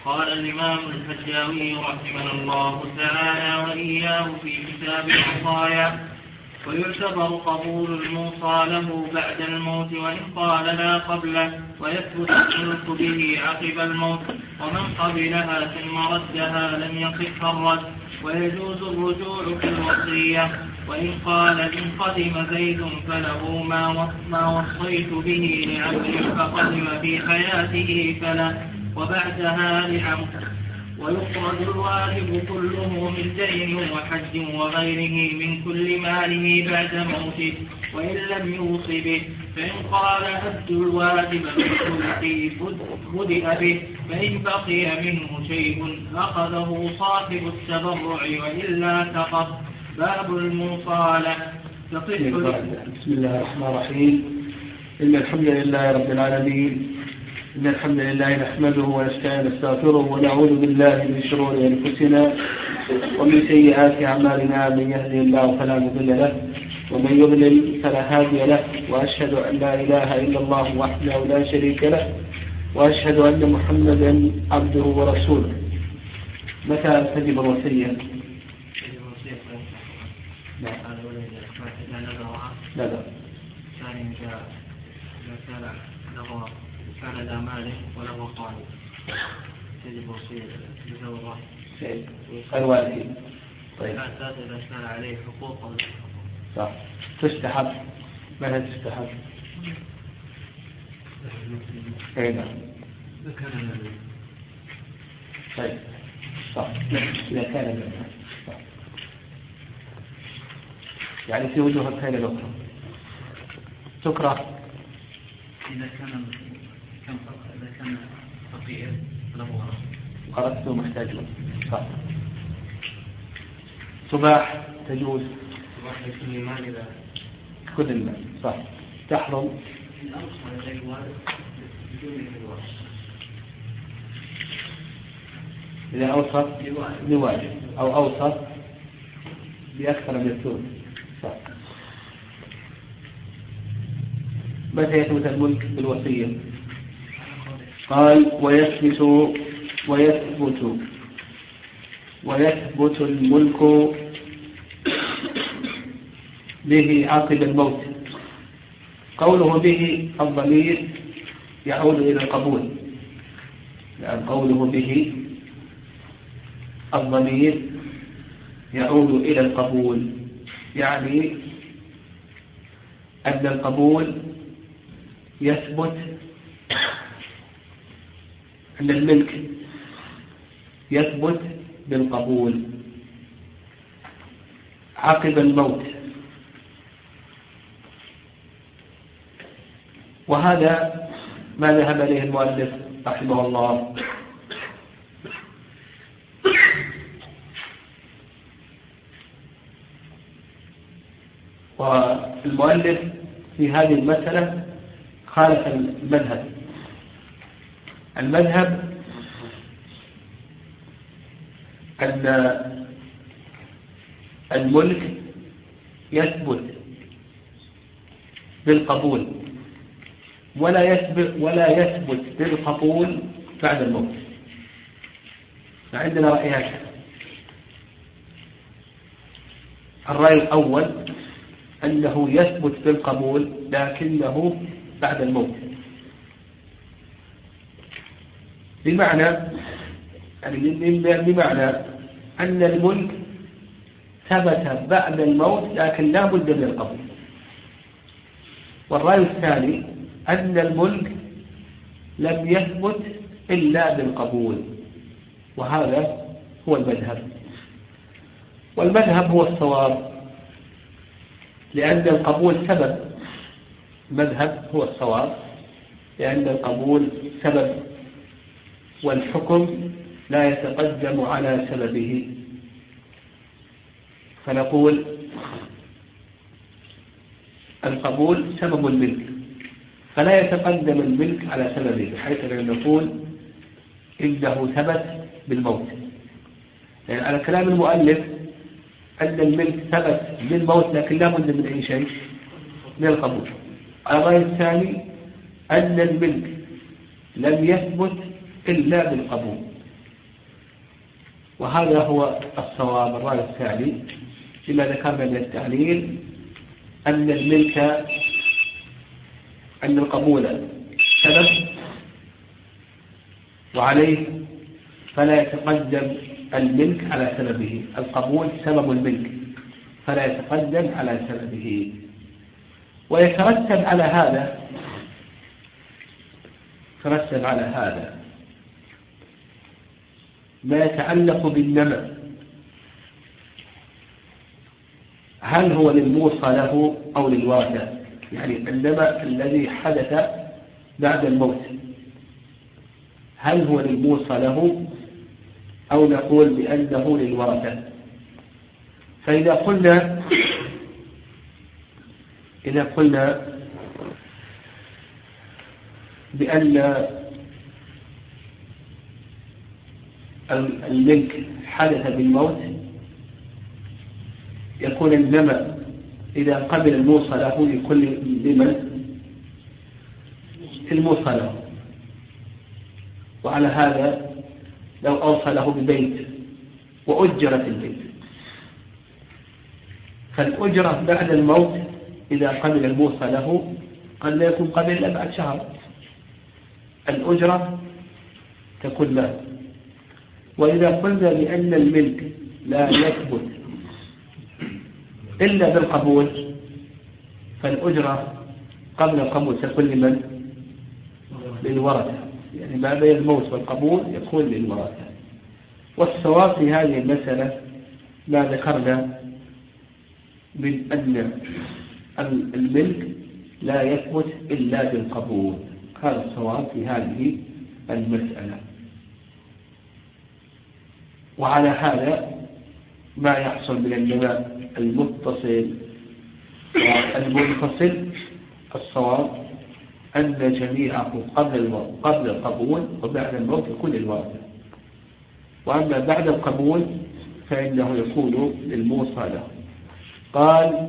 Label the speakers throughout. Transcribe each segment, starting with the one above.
Speaker 1: قال الإمام الحجاوي رحمه الله تعالى وإياه في كتاب الوصايا: ويعتبر قبول الموصى له بعد الموت وإن قال لا قبله، ويثبت الملك به عقب الموت، ومن قبلها ثم ردها لم يصح الرد، ويجوز الرجوع في الوصية. وإن قال إن قدم زيد فله ما وصيت به لعمرو فقدم في حياته فله وبعدها لعمرو. ويخرج الواجب كله من دين وحج وغيره من كل ماله بعد موته وإن لم يوص به. فإن قال أد الواجب بالثلث بدأ به، فإن بقي منه شيء أخذه صاحب التبرع وإلا سقط. باب الموصالة.
Speaker 2: بسم الله الرحمن الرحيم. إن الحمد لله رب العالمين، إن الحمد لله نحمده ونستعين ونستغفره ونعوذ بالله من شرور أنفسنا ومن سيئات أعمالنا. من يهده الله فلا مضل له ومن يضلل فلا هادي له، وأشهد أن لا إله إلا الله وحده لا شريك له، وأشهد أن محمدا عبده ورسوله. متى تجب الوصية؟ لا.
Speaker 1: ثاني إذا كان ذا ماله وله قائد تجب وصية بذوي الرحم
Speaker 2: الوالد. طيب.
Speaker 1: إذا كان عليه حقوق أو
Speaker 2: صح. تستحب. ماذا تستحب؟ نعم. طيب. صح. إذا كان صح. يعني في وجوه الخير الأخرى تكره
Speaker 1: إذا كان فقير له
Speaker 2: ورثته محتاج له. صح. تباح تجوز كل المال. صح. تحرم إذا أوصف بواجب أو أوصف بأكثر من الثلث. صح. متى يثبت الملك بالوصية؟ قال ويثبت الملك به عقب الموت. قوله به الضمير يعود إلى القبول، يعني قوله به الضمير يعود إلى القبول، يعني أن القبول يثبت، أن الملك يثبت بالقبول عقب الموت. وهذا ما ذهب إليه المؤلف رحمه الله. والمؤلف في هذه المسألة خالف المذهب أن الملك يثبت بالقبول ولا يثبت بالقبول بعد الموت. فعندنا رأيان: الرأي الأول أنه يثبت بالقبول لكنه بعد الموت، بمعنى أن الملك ثبت بعد الموت لكن لا بد من القبول. والرأي الثاني أن الملك لم يثبت إلا بالقبول، وهذا هو المذهب. والمذهب هو الصواب، لأن القبول سبب. المذهب هو الصواب لأن القبول سبب، والحكم لا يتقدم على سببه. فنقول القبول سبب الملك، فلا يتقدم الملك على سببه، بحيث أن نقول إنه ثبت بالموت. يعني على كلام المؤلف أن الملك ثبت بالموت لكن لا بد من أي شيء من القبول. الرأي الثاني أن الملك لم يثبت إلا بالقبول، وهذا هو الصواب. الرأي الثاني لما ذكرنا من التعليل أن الملك أن القبول سبب وعليه فلا يتقدم الملك على سببه. القبول سبب الملك فلا يتقدم على سببه. ويترتب على هذا ما يتعلق بالنمى، هل هو للموصى له أو للوارثة؟ يعني النمى الذي حدث بعد الموت هل هو للموصى له أو نقول بأنه للورثة؟ فإذا قلنا بأن الملك حدث بالموت يكون النمى إذا قبل الموصى له لكل لمن الموصى له. وعلى هذا لو أوصى له ببيت وأجرت البيت فالأجرة بعد الموت إذا قبل الموصى له قد لا يكون قبل إلا بعد شهر، الأجرة تكون له. وإذا قلنا بأن الملك لا يثبت إلا بالقبول فالأجرة قبل القبول تكون لمن؟ للورثة، يعني ما بين الموت والقبول يكون للورثة. والصواب في هذه المسألة ما ذكرنا من أن الملك لا يثبت إلا بالقبول، هذا الصواب في هذه المسألة. وعلى هذا ما يحصل من النماء المتصل والمنفصل الصواب أن جميعه قبل القبول وبعد الموت يكون للوارثة، وأما بعد القبول فإنه يكون للموصى له. قال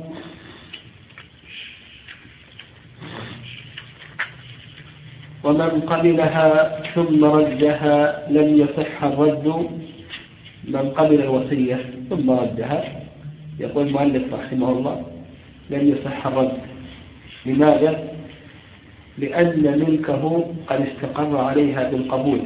Speaker 2: ومن قبلها ثم ردها لم يصح الرد. من قبل الوصية ثم ردها يقول المؤلف رحمه الله لم يصح الرد. لماذا؟ لأن ملكه قد استقر عليها بالقبول،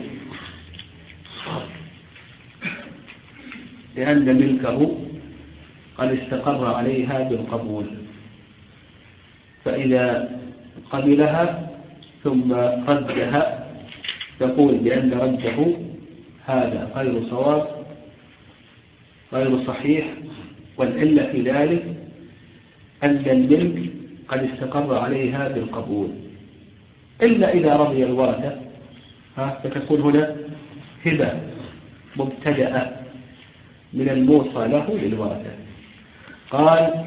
Speaker 2: فإذا قبلها ثم ردها تقول بأن رده هذا غير صواب غير صحيح. والعلة في ذلك أن الملك قد استقر عليها بالقبول، إلا إذا رضي الورثة فتكون هنا هبة مبتدأة من الموصى له للورثة. قال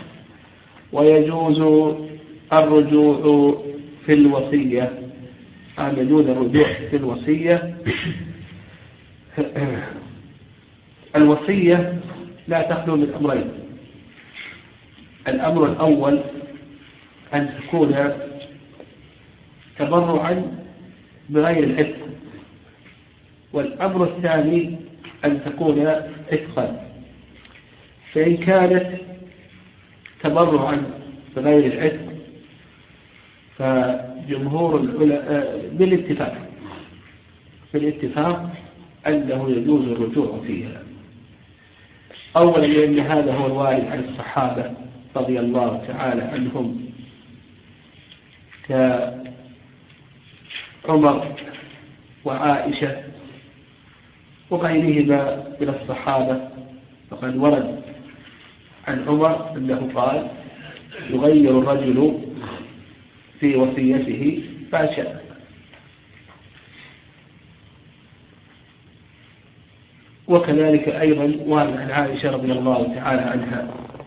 Speaker 2: ويجوز الرجوع في الوصية. يجوز الرجوع في الوصية. الوصية لا تخلو من أمرين. الأمر الأول أن تكون تبرعا بغير الإثم، والأمر الثاني أن تكون إثقا. فإن كانت تبرعا بغير الإثم فجمهور العلماء بالاتفاق أنه يجوز الرجوع فيها. أولا لأن هذا هو الوارد عن الصحابة رضي الله تعالى عنهم كعمر وعائشة وغيرهما من الصحابة. فقد ورد عن عمر أنه قال يغير الرجل في وصيته ما شاء. وكذلك أيضا وارد عن عائشة رضي الله تعالى عنها.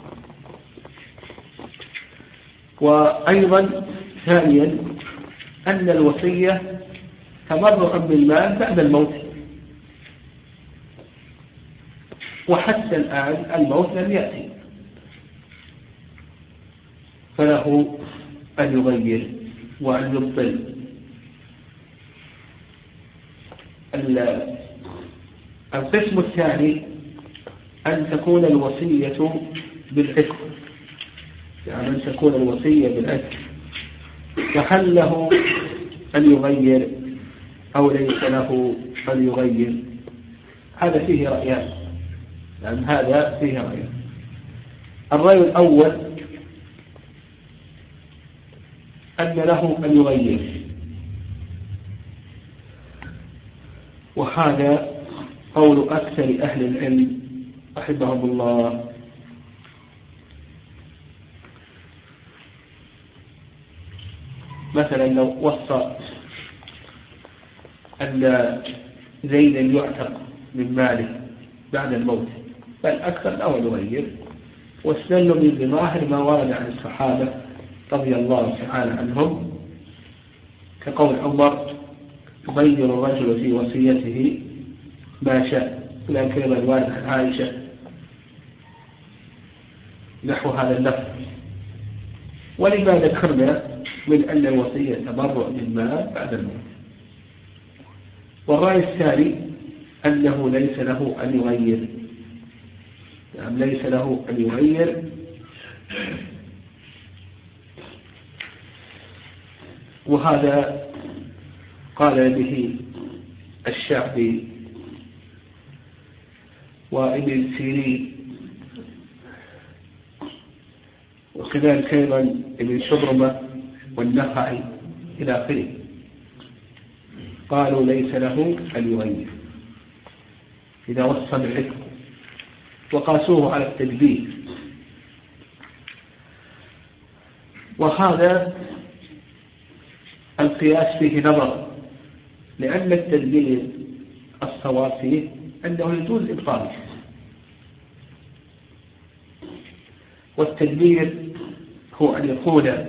Speaker 2: وأيضا ثانيا أن الوصية تبرع بالمال بعد الموت، وحتى الآن الموت لم يأتي، فله أن يغير وأن يبطل القسم الثاني أن تكون الوصية بالعتق، يعني أن تكون الوصية بالعتق، فهل له أن يغير أو ليس له أن يغير؟ هذا فيه رأيان، يعني هذا فيه رأيان. الرأي الأول أن له أن يغير، وهذا قول أكثر أهل العلم رحمهم الله. مثلا لو وصى أن زيدا يعتق من ماله بعد الموت، بل أكثر له أن يغير، واستدلوا بظاهر ما ورد عن الصحابة رضي الله تعالى عنهم، كقول عمر: يغير الرجل في وصيته ما شاء، لكن الوارد عن عائشة نحو هذا اللفظ. ولما ذكرنا من أن الوصية تبرع بالمال بعد الموت. والرأي الثاني أنه ليس له أن يغير، يعني ليس له أن يغير، وهذا قال به الشعبي وابن سيرين، وكذلك أيضا ابن شبرمة والنخعي إلى آخره، قالوا ليس له أن يغير إذا وصى بالعتق، وقاسوه على التدبير. وهذا القياس فيه نظر، لأن التدبير الصواب فيه أنه يجوز إبطاله، والتدبير هو أن يقول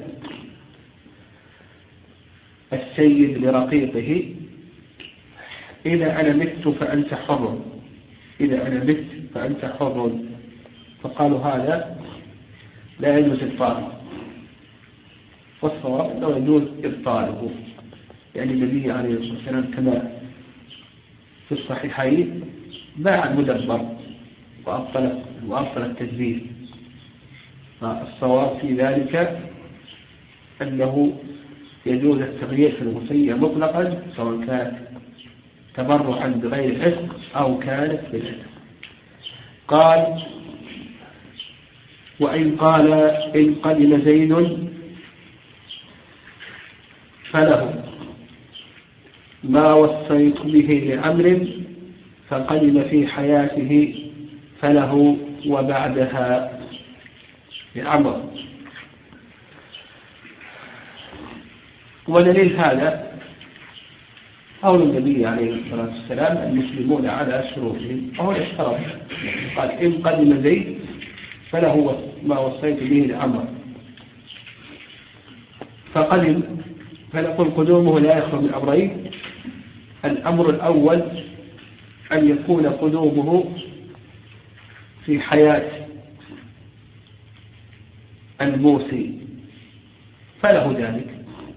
Speaker 2: السيد لرقيقه: إذا أنا مت فأنت حر، إذا أنا مت فأنت حر. فقالوا هذا لا يجوز إبطاله، والصواب أنه يجوز إبطاله، يعني النبي عليه الصلاة والسلام كما في الصحيحين باع المدبر وأبطل التدبير. الصواب في ذلك أنه يجوز التغيير في الوصية مطلقا، سواء كانت تبرعا بغير عتق أو كانت بالعتق. قال: وإن قال إن قدم زيد فله ما وصيت به لعمر فقدم في حياته فله وبعدها لعمر. ودليل هذا قول النبي عليه الصلاة والسلام: المسلمون على شروطهم، وهو اشترط، قال: إن قدم زيد فله ما وصيت به لعمر. فقدم، فنقول قدومه لا يخلو من أمرين: الأمر الأول أن يكون قدومه في حياة الموصي فله ذلك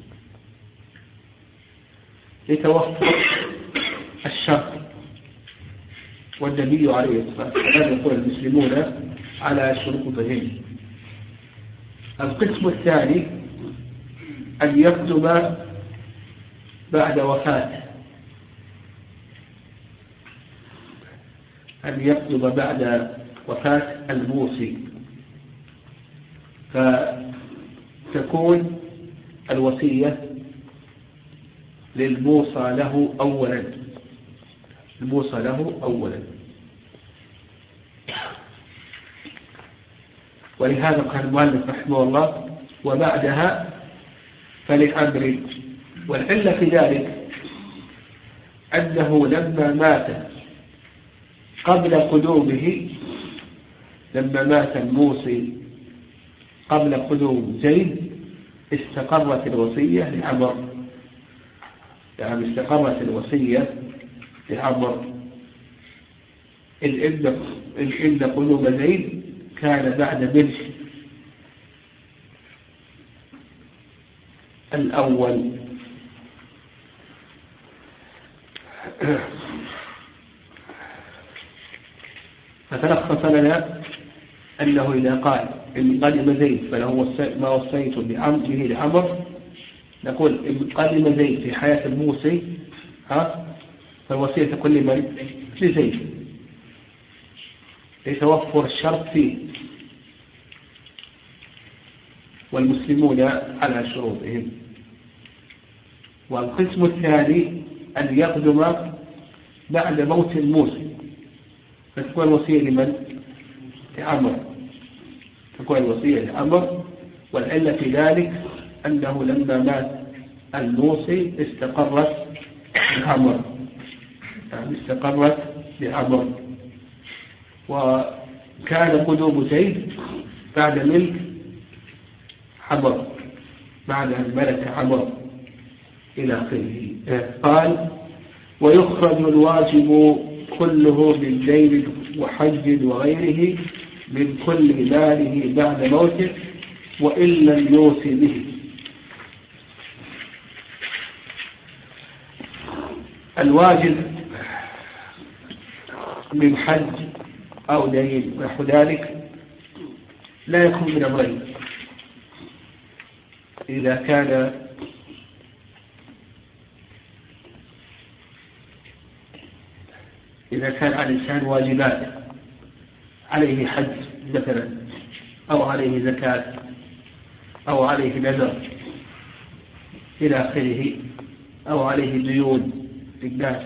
Speaker 2: لتوفر الشرط، والنبي عليه الصلاة والسلام يقول: المسلمون على شروطهم. القسم الثاني أن يقدم بعد وفاة، أن يقدم بعد وفاة الموصي، فتكون الوصية للموصى له أولا، الموصى له أولا. ولهذا قال المؤلف رحمه الله: وبعدها فلأمر. والعلة في ذلك أنه لما مات قبل قدومه، لما مات الموصي قبل قدوم زيد، استقرت الوصية لعمر، يعني استقرت الوصية لعمر. إن قدوم زيد كان بعد ملك الأول. فتلخص لنا أنه إذا قال إن قدم زيد فله ما وصيت به لعمر، نقول إن قدم زيد في حياة الموصي فالوصية تكون لمن؟ لزيد، يتوفر الشرط فيه، والمسلمون على شروطهم. والقسم الثاني أن يقدم بعد موت الموصي، فتكون الوصية لمن؟ لعمر، تكون الوصية لعمر. والعلة في ذلك أنه لما مات الموصي استقرت لعمر، يعني استقرت لعمر. وكان قدوم زيد بعد ملك عمر، بعد أن ملك عمر إلى آخره. قال: ويخرج الواجب كله من دين وحج وغيره من كل ماله بعد موته وإن لم يوصي به. الواجب من حج أو دين ونحو ذلك لا يكون من أمرين: إذا كان على الإنسان واجبات، عليه حج مثلا، أو عليه زكاة، أو عليه نذر إلى آخره، أو عليه ديون للناس،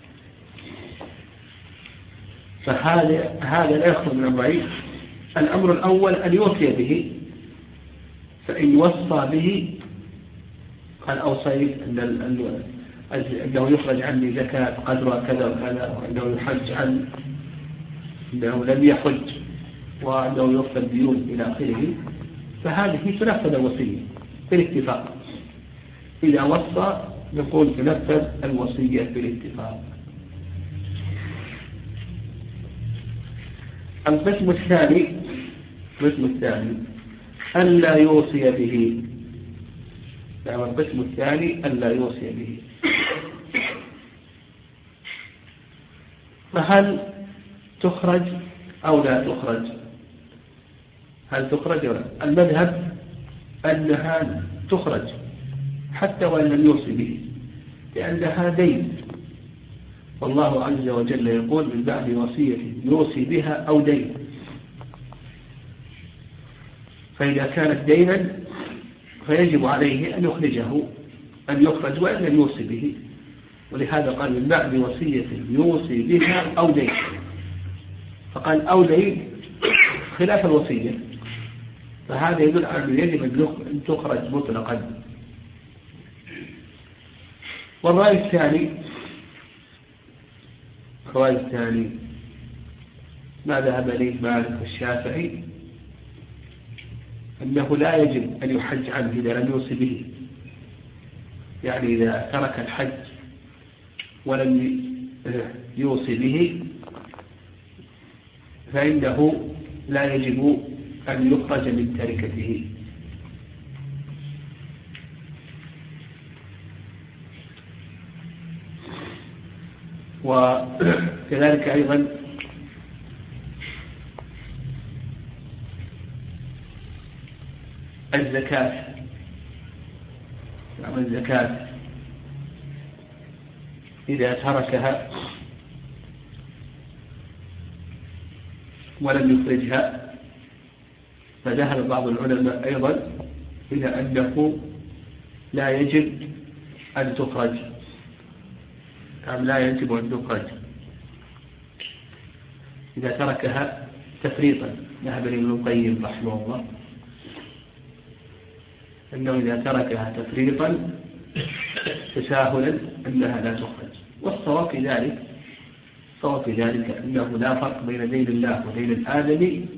Speaker 2: فهذا لا يخرج من أمرين. الأمر الأول أن يوصي به، فإن وصى به قال: أوصيت أنه يخرج عني زكاة قدرها كذا وكذا، وأنه يحج عنه، أنه لم يحج، وأنه يغفر ديون إلى آخره، فهذه تنفذ الوصية بالاتفاق. إذا وصى نقول تنفذ الوصية بالاتفاق. القسم الثاني ألا يوصي به. يعني القسم الثاني ألا يوصي به. فهل تخرج أو لا تخرج؟ هل تخرج أو لا؟ المذهب أنها تخرج حتى وإن لم يوصي به، لأنها دين، والله عز وجل يقول: من بعد وصية يوصي بها أو دين. فإذا كانت دينا فيجب عليه أن يخرج وإن لم يوصي به، ولهذا قال: من بعد وصية يوصي بها أو دين. فقال أو دين خلاف الوصية، فهذا يدل على أنه يجب أن تخرج مطلقا. والرأي الثاني ما ذهب إليه مالك والشافعي، أنه لا يجب أن يحج عنه إذا لم يوصي به. يعني إذا ترك الحج ولم يوصي به فإنه لا يجب أن يخرج من تركته. وكذلك أيضا الزكاة، إذا تركها ولم يخرجها فذهب بعض العلماء أيضا إلى أنه لا يجب أن تخرج، لا يجب أن تخرج إذا تركها تفريطا. ذهب ابن القيم رحمه الله أنه إذا تركها تفريطا تساهلا أنها لا تخرج. والصواب في ذلك أنه لا فرق بين دين الله ودين الآدمي،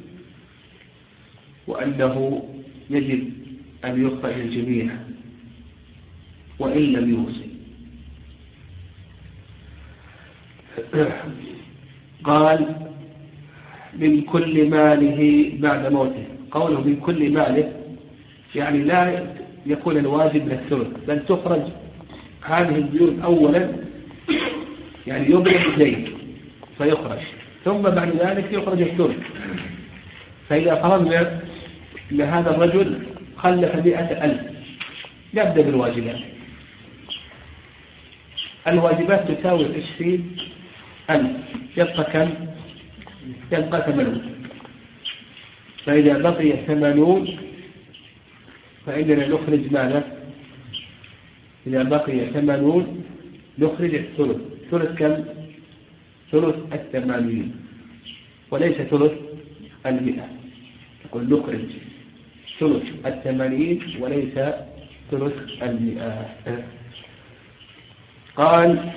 Speaker 2: وأنه يجب أن يخرج الجميع وإن لم يوصي. قال: من كل ماله بعد موته. قوله من كل ماله يعني لا يكون الواجب للثلث، بل تخرج هذه الديون أولا، يعني يبلغ زيد فيخرج ثم بعد ذلك يخرج الثلث. فإذا فرضنا أن هذا الرجل خلف 100,000، نبدأ بالواجبات. الواجبات تساوي 20,000، يبقى كم؟ يبقى 80. فإذا بقي 80 فإننا نخرج ماذا؟ إذا بقي 80 نخرج الثلث. ثلث كم؟ ثلث 80 وليس ثلث 100. نقول نخرج ثلث 80 وليس ثلث 100. قال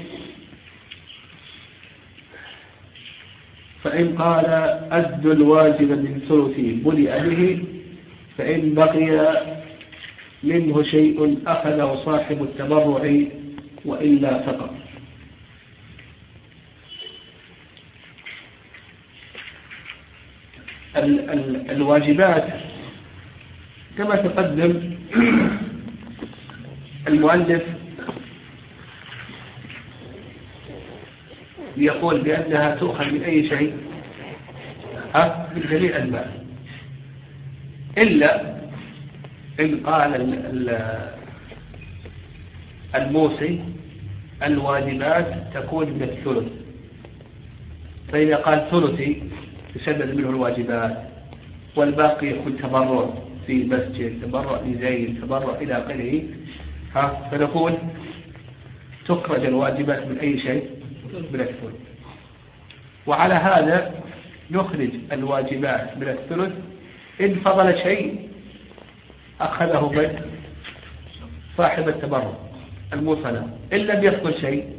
Speaker 2: فإن قال أد الواجب من ثلثه بدأ به، فإن بقي منه شيء أخذه صاحب التبرع وإلا فقط. الواجبات كما تقدم المؤلف يقول بأنها تؤخذ من أي شيء، من جميع المال، إلا إن قال الموصي الواجبات تكون من الثلث. فإذا قال ثلثي تسدد منه الواجبات، والباقي يكون تبرع في مسجد، تبرع لزين، تبرع إلى آخره، فنقول تخرج الواجبات من أي شيء؟ من الثلث. وعلى هذا نخرج الواجبات من الثلث. إن فضل شيء أخذه من صاحب التبرع الموصلة. إن لم يفضل شيء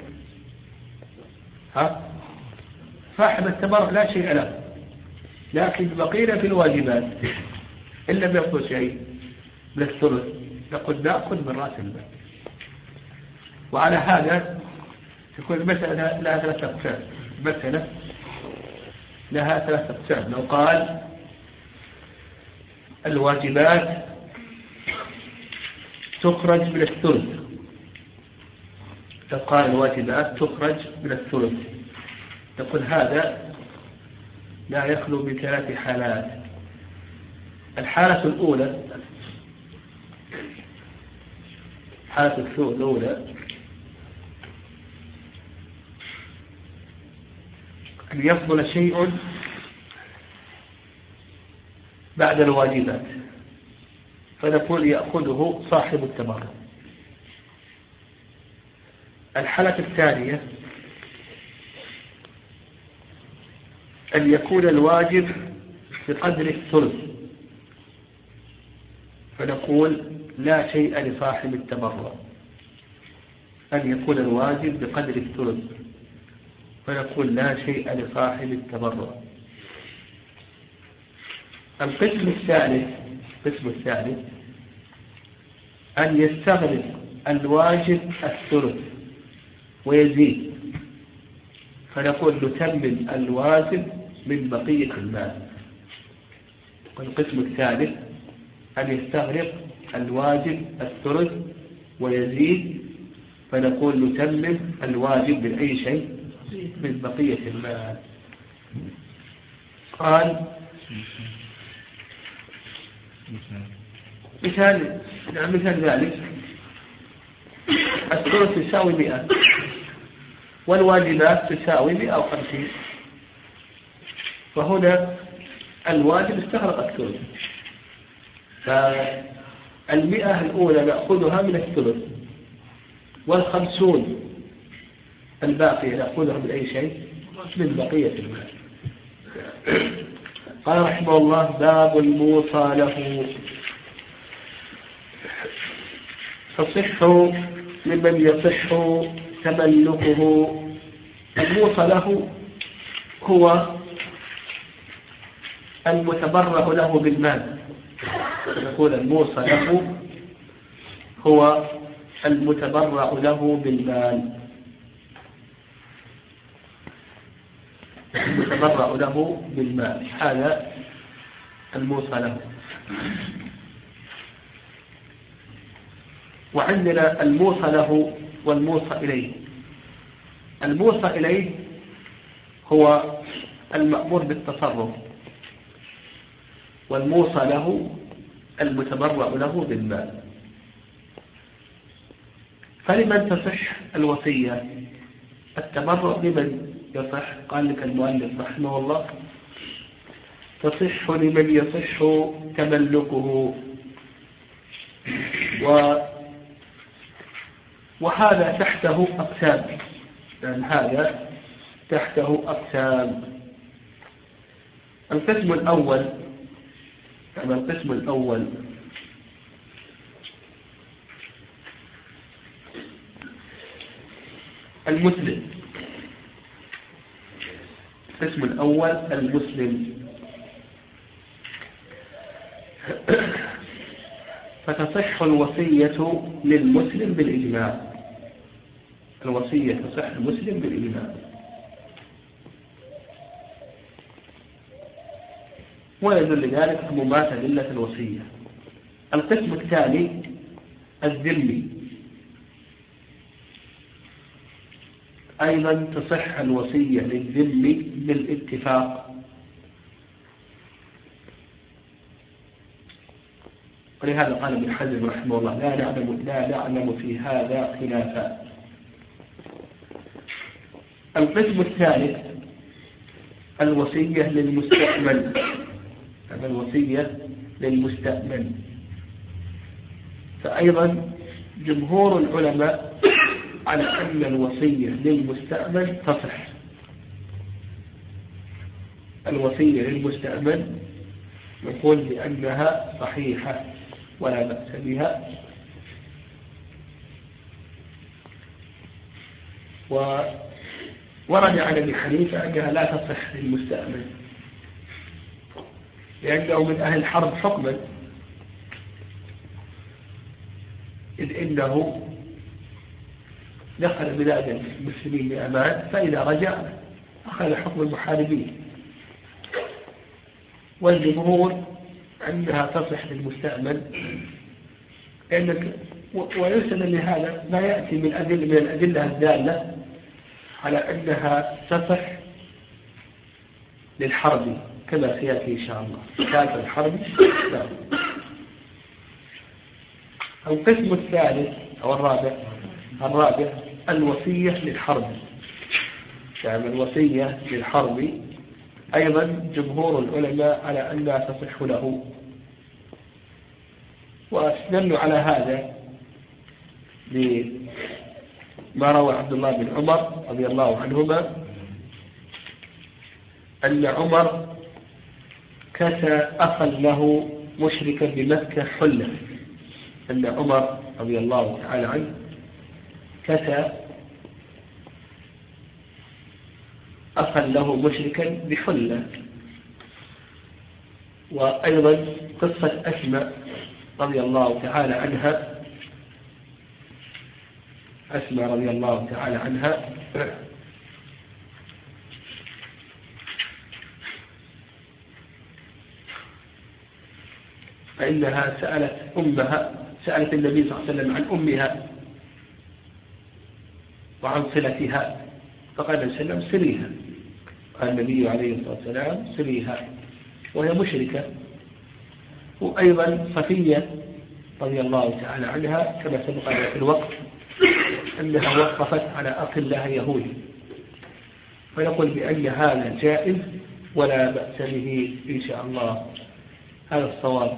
Speaker 2: صاحب التبرع لا شيء له، لكن بقينا في الواجبات. إن لم يفضل شيء من الثلث نقول نأخذ من رأس المال. وعلى هذا تكون المسألة لها 3 أقسام. المسألة لها 3 أقسام. لو قال الواجبات تخرج من الثلث، لو قال الواجبات تخرج من الثلث، تقول هذا لا يخلو من 3 حالات. الحالة الأولى، حالة الأولى أن يفضل شيء بعد الواجبات، فنقول يأخذه صاحب التبرع. الحالة الثانية أن يكون الواجب بقدر الثلث، فنقول لا شيء لصاحب التبرع. أن يكون الواجب بقدر الثلث، فنقول لا شيء لصاحب التبرع. القسم الثالث أن يستغرق الواجب الثلث ويزيد، فنقول نتمم الواجب من بقية المال. القسم الثالث أن يستغرق الواجب الثلث ويزيد، فنقول نتمم الواجب من أي شيء؟ من بقية المال. قال مثال ذلك الثلث يساوي 100 والواجبات تساوي 150، فهنا الواجب استغرق الثلث، فال100 الأولى نأخذها من الثلث، وال50 الباقية نأخذها من أي شيء؟ من بقية المال. قال رحمه الله: باب الموصى له. تصح لمن يصح تملكه. الموصى له هو المتبرع له بالمال. نقول الموصى له هو المتبرع له بالمال، المتبرع له بالمال، هذا الموصى له. وعندنا الموصى له والموصى إليه. الموصى إليه هو المأمور بالتصرف، والموصى له المتبرع له بالمال. فلمن تصح الوصية؟ التبرع لمن يصح؟ قال لك المؤلف رحمه الله: تصح لمن يصح تملكه. وهذا تحته أقسام، يعني هذا تحته أقسام. القسم الأول المسلم. القسم الأول المسلم. فتصح الوصية للمسلم بالإجماع. الوصية تصح المسلم بالإجماع. ويدل لذلك عمومات أدلة الوصية. القسم الثاني الذمي. أيضا تصح الوصية للذمي بالاتفاق. ولهذا قال ابن حزم رحمه الله: لا نعلم في هذا خلافا. القسم الثالث الوصية للمستأمن. الوصية للمستأمن. فأيضا جمهور العلماء على أن الوصية للمستأمن تصح. الوصية للمستأمن نقول بأنها صحيحة ولا بأس بها. ورد عن ابن حنيفة أنها لا تصح للمستأمن، لأنه من أهل الحرب حكما، إذ إنه دخل بلاد المسلمين بأمان، فإذا رجع أخذ حكم المحاربين. والجمهور أنها تصح للمستأمن، ويرسل لهذا ما يأتي من الأدلة الدالة على أنها تصح للحرب، كما سيأتي إن شاء الله كانت الحرب. القسم الثالث أو الرابع الوصية للحرب. يعني الوصية للحرب أيضا جمهور العلماء على أنها تصح له، واستدلوا على هذا بما روى عبد الله بن عمر رضي الله عنهما أن عمر كسى أخا له مشركا بمكة حلة. أن عمر رضي الله تعالى عنه كسى أخا له مشركا بحلة. وأيضا قصة أسماء رضي الله تعالى عنها. أسماء رضي الله تعالى عنها فإنها سألت النبي صلى الله عليه وسلم عن أمها وعن صلتها، فقال النبي صلى الله عليه وسلم: سليها. قال النبي عليه الصلاة والسلام: سليها، وهي مشركة. وأيضا صفية رضي الله تعالى عنها كما سبق في الوقت أنها وقفت على أخ لها يهودي، فنقول بأن هذا جائز ولا بأس به إن شاء الله. هذا الصواب.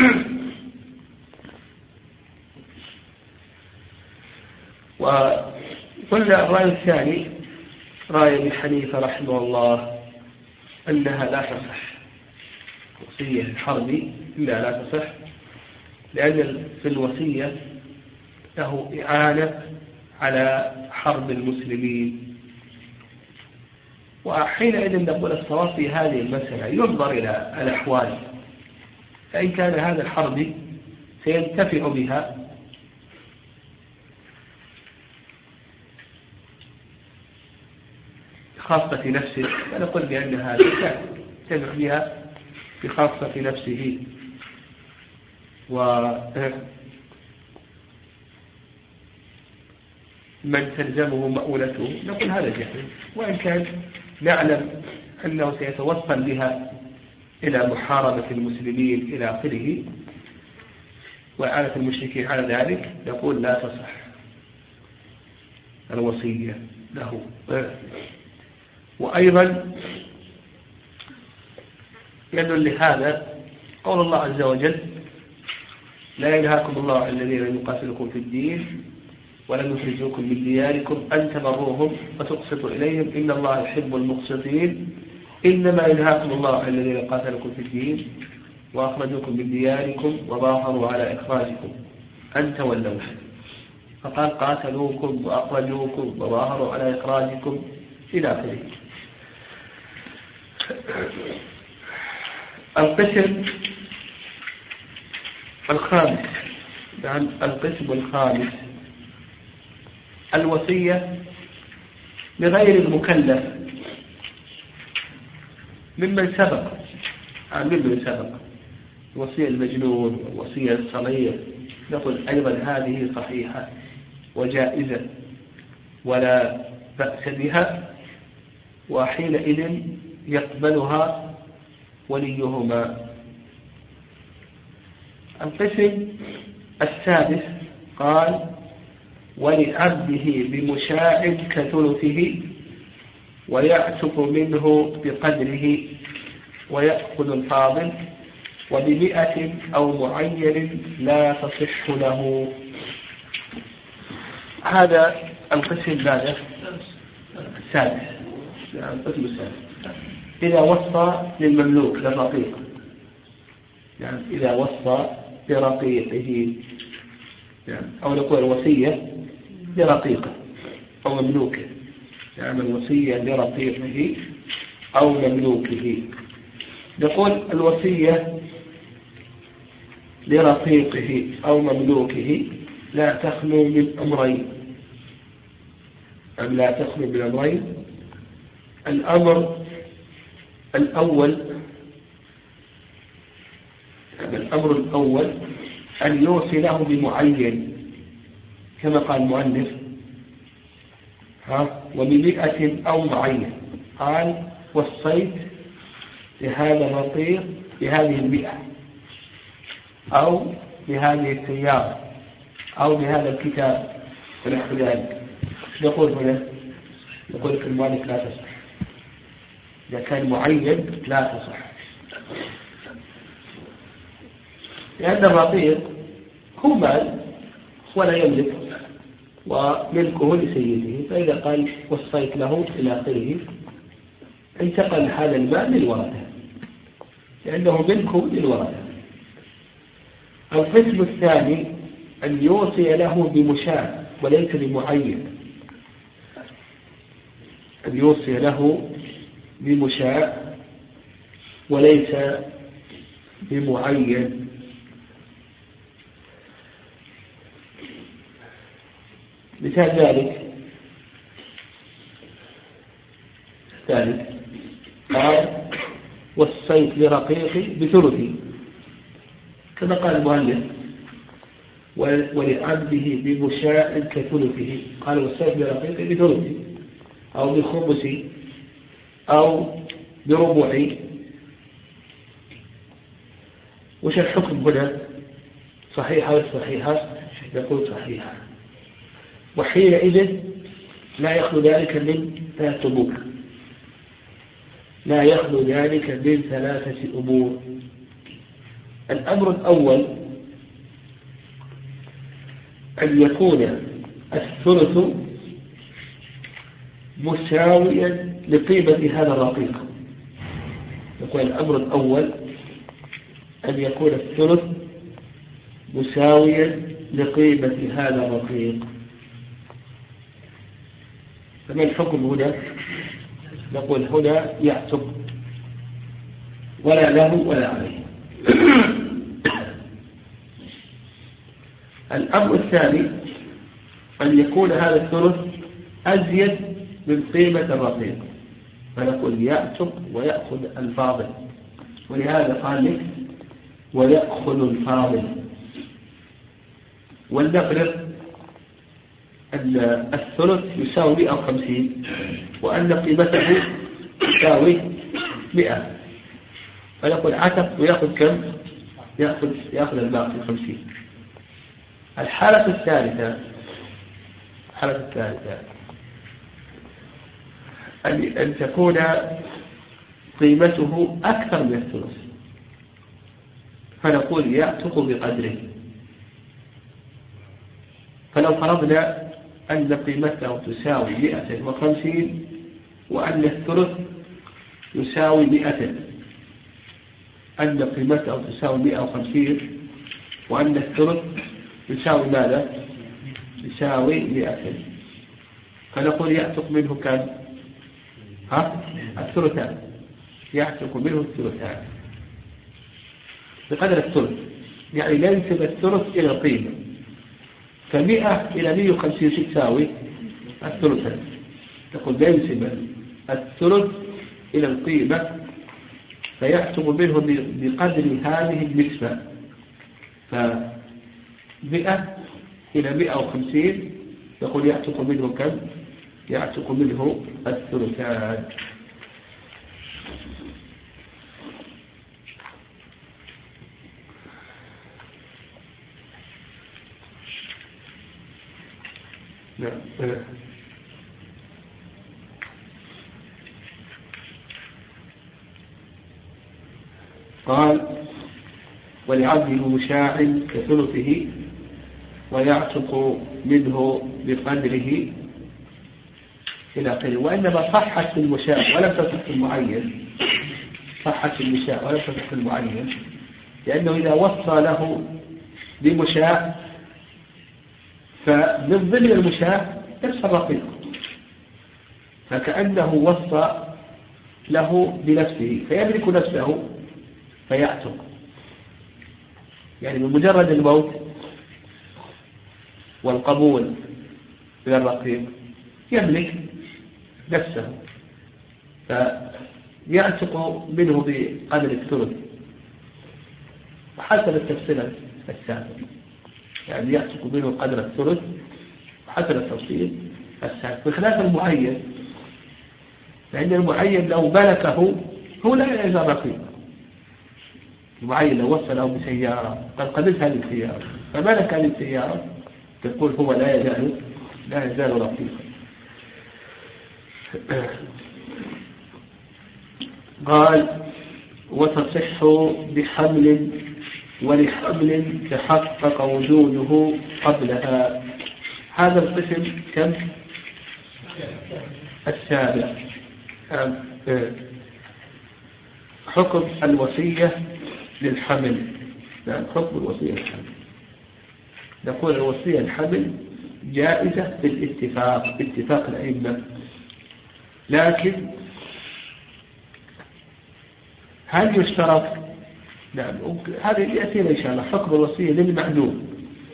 Speaker 2: وقلنا الرأي الثاني رأي ابن حنيفة رحمه الله أنها لا تصح وصية الحرب، إلا لا تصح، لأن في الوصية له إعانة على حرب المسلمين. وحينئذ نقول الصواب في هذه المسألة ينظر إلى الأحوال، فإن كان هذا الحرب سينتفع بها خاصة نفسه، فنقول بأن هذا ينتفع بها بخاصة نفسه، ومن تلزمه مؤونته نقول هذا جائز. وإن كان نعلم أنه سيتوصل بها إلى محاربة المسلمين إلى آخره وإعانة المشركين على ذلك، يقول لا تصح الوصية له. وأيضا يدل لهذا قول الله عز وجل: لا ينهاكم الله عن الذين يقاتلكم في الدين ولم يخرجوكم من دياركم أن تبروهم وتقسطوا إليهم إن الله يحب المقسطين إنما ينهاكم الله عن الذين قاتلكم في الدين وأخرجوكم من دياركم وظاهروا على إخراجكم أن تولوهم. فقال: قاتلوكم وأخرجوكم وظاهروا على إخراجكم إلى آخره. القسم الخامس، يعني القسم الخامس، الوصية لغير المكلف ممن سبق، الوصية المجنون والوصية الصغير، نقول أيضا هذه صحيحة وجائزة ولا بأس بها، وحينئذ يقبلها وليهما. القسم السادس قال: ولعبده بمشاع كثلثه ويعتق منه بقدره ويأخذ الفاضل وب100 أو معين لا تصح له. هذا القسم السادس، القسم السادس إذا وصى للمملوك للرقيق، يعني إذا وصى لرقيقه، يعني أو نقول الوصية لرقيقه أو مملوكه، يعني الوصية لرقيقه أو مملوكه. نقول الوصية لرقيقه أو مملوكه لا تخلو من أمرين، الأمر الأول أن يوصي له بمعين كما قال المؤلف، وب100 أو معين. قال: وصيت لهذا الرقيق بهذه 100 أو بهذه السيارة أو بهذا الكتاب ونحو ذلك. نقول هنا، نقول في المؤلف لا تصح، إذا كان معين لا تصح، لأن الرقيق هو مال ولا يملك وملكه لسيده، فإذا قال وصيت له إلى آخره انتقل هذا المال للورثة لأنه ملكه للورثة. القسم الثاني أن يوصي له بمشاع وليس بمعين، أن يوصي له بمشاع وليس بمعين. مثال ذلك قال: وصيت لرقيقي بثلثي كما قال المؤلف، ولعبده بمشاع كثلثه. قال: وصيت لرقيقي بثلثي أو بخمسي أو بربعي. وش الحكم هنا؟ صحيحة والصحيحة؟ نقول صحيحة، وحينئذ لا يخلو ذلك من 3 أمور، لا يخلو ذلك من 3 أمور. الأمر الأول أن يكون الثلث مساويا لقيمة هذا الرقيق. يقول الأمر الأول أن يكون الثلث مساويا لقيمة هذا الرقيق. فما الحكم هنا؟ نقول هنا يعتق ولا له ولا عليه. الأمر الثاني أن يكون هذا الثلث أزيد من قيمة الرقيق، فنقول يعتق ويأخذ الفاضل، ولهذا قال لك ويأخذ الفاضل. ولنفرض أن الثلث يساوي 150 وأن قيمته تساوي 100 فنقول عتق ويأخذ كم؟ يأخذ الباقي 50. الحالة الثالثة أن تكون قيمته أكثر من الثلث، فنقول يعتق بقدره. فلو فرضنا أن قيمته تساوي 150 وأن الثلث يساوي 200، أن قيمته تساوي 150 وأن الثلث يساوي ماذا؟ يساوي 200، فنقول يعتق منه كم؟ الثلثان، يعتق منه الثلثان بقدر الثلث، يعني لا ينسب الثلث إلى القيمة، ف100 إلى 150 تساوي الثلثان، تقول لا ينسب الثلث إلى القيمة فيعتق منه بقدر هذه النسبة، ف100 إلى 150 يقول يعتق منه كم؟ يعتق منه الثلثان. قال ولعبد مشاع كثلثه ويعتق منه بقدره إلى آخره. وإنما صحت في المشاع ولم تصح في المعين، صحت في المشاع ولم تصح في المعين، لأنه إذا وصى له بمشاع فمن ضمن المشاع نفس الرقيق، فكأنه وصى له بنفسه فيملك نفسه فيعتق، يعني بمجرد الموت والقبول من الرقيق يملك نفسه فيعتق منه بقدر الثلث وحسب التفصيل السابق، يعني يعتق منه قدر الثلث وحسب التفصيل السابق، بخلاف المعين، لأن المعين لو ملكه هو لا يزال رقيق. المعين لو وصله بسيارة قد قبلت هذه السيارة فملك هذه السيارة تقول هو لا يزال رقيقا. قال وتصح بحمل ولحمل تحقق وجوده قبلها. هذا القسم كم؟ السابع. حكم الوصية للحمل. حكم الوصية للحمل، نقول الوصية الحمل جائزة بالاتفاق، اتفاق الأئمة، لكن هل يشترط؟ نعم هذا يأتينا إن شاء الله. حكم الوصية للمعلوم،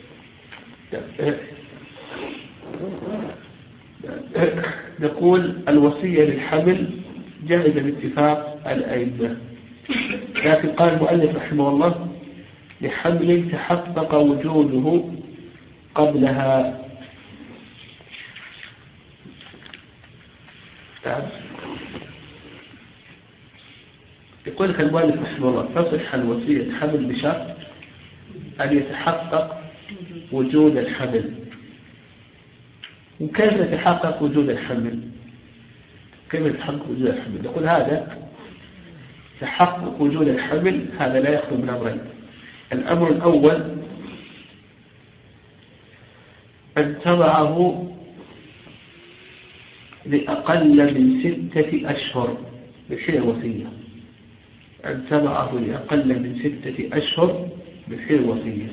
Speaker 2: نقول الوصية للحمل جائزة باتفاق الأئمة، لكن قال المؤلف رحمه الله لحمل تحقق وجوده قبلها. يقول لك المؤلف رحمه الله تصح الوصية حمل بشرط أن يتحقق وجود الحمل. وكيف يتحقق وجود الحمل؟ كيف يتحقق وجود الحمل؟ نقول هذا تحقق وجود الحمل هذا لا يخلو من أمرين. الأمر الأول أن تضعه لأقل من 6 أشهر بحين الوصية، أن تضعه لأقل من 6 أشهر بحين الوصية.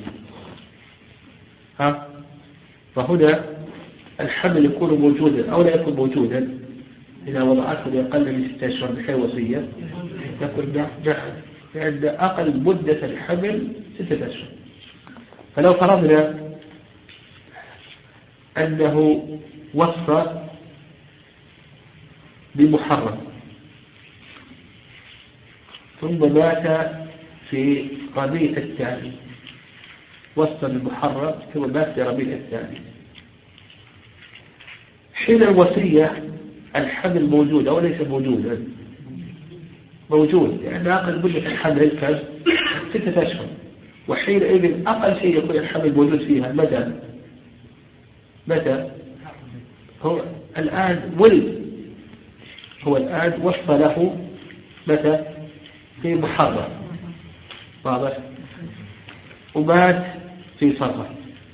Speaker 2: فهنا الحمل يكون موجودا أو لا يكون موجودا. إذا وضعته لأقل من 6 أشهر بحين الوصية يقول نعم، لأن أقل مدة الحمل 6 أشهر. فلو فرضنا أنه وصى بمحرم ثم مات في ربيع الثاني، وصى بالمحرم ثم مات في ربيع الثاني، حين الوصية الحمل موجود أو ليس موجودا؟ موجود، يعني أقل مدة الحمل كم 6 أشهر، وحينئذ أقل شيء يكون الحمل موجود فيها متى هو الآن ولد، هو الآن وصل له متى في محرم، واضح، ومات في صفر،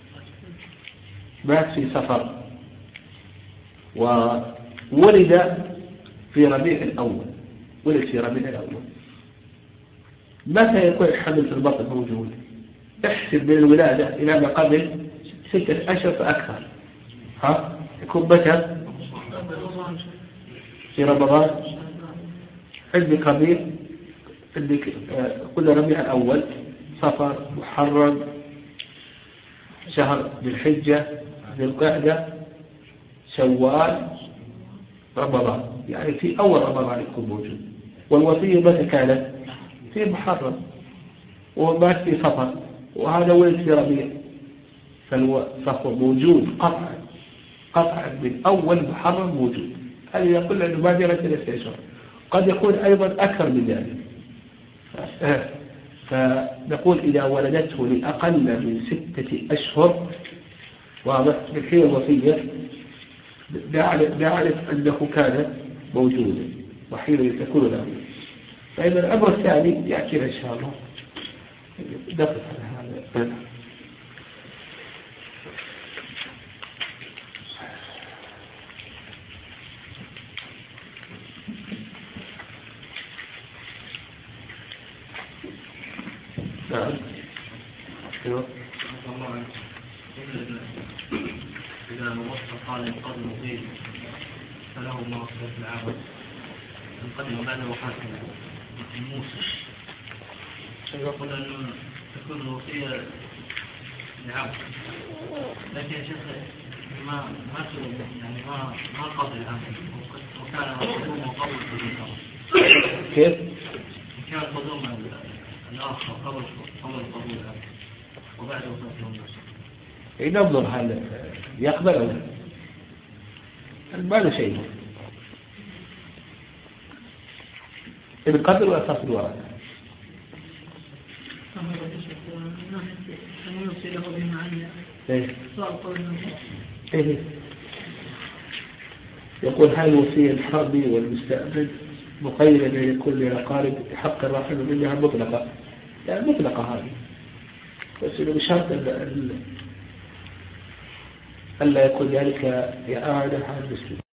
Speaker 2: وولد في ربيع الأول، متى يكون الحمل في البطن موجود؟ احسب من الولادة إلى ما قبل 6 أشهر فأكثر، يكون متى؟ في رمضان. عندك ربيع، عندك قلنا ربيع الأول، صفر، محرم، شهر ذي الحجة، ذي القعدة، شوال، رمضان، يعني في أول رمضان يكون موجود. والوصية متى كانت؟ في محرم، ومات في صفر، وهذا ولد في ربيع، فهو موجود قطعا من أول محرم موجود. هذا يقول أنه ما جرى 3 أشهر، قد يكون أيضا أكثر من ذلك. فنقول إذا ولدته لأقل من 6 أشهر، واضح، من حين الوصية نعرف أنه كان موجودا وحين تكون له. فإذا الأمر الثاني يأتينا إن شاء الله نقف على هذا. نعم.
Speaker 1: إذا وصف قال القدر مطيل فله ما وصف العام القدر بعد وفاة موسى. يقول أن تكون الوصية لعام، لكن يا شيخ ما يعني ما قبل العام، وكان القدوم قبل القدوم.
Speaker 2: كيف؟
Speaker 1: كان القدوم الآخر قبل القبول وبعد وفاة موسى.
Speaker 2: ننظر هل يقبل أو لا، ما له شيء. القدر وأساس الورثة. إيه؟ يقول هل الوصية الحربي والمستأمن مقيدة لكل أقارب حق الرحم منها مطلقة؟ يعني مطلقة هذه، بس إنه بشرط ألا يكون ذلك إعادة على المسلم.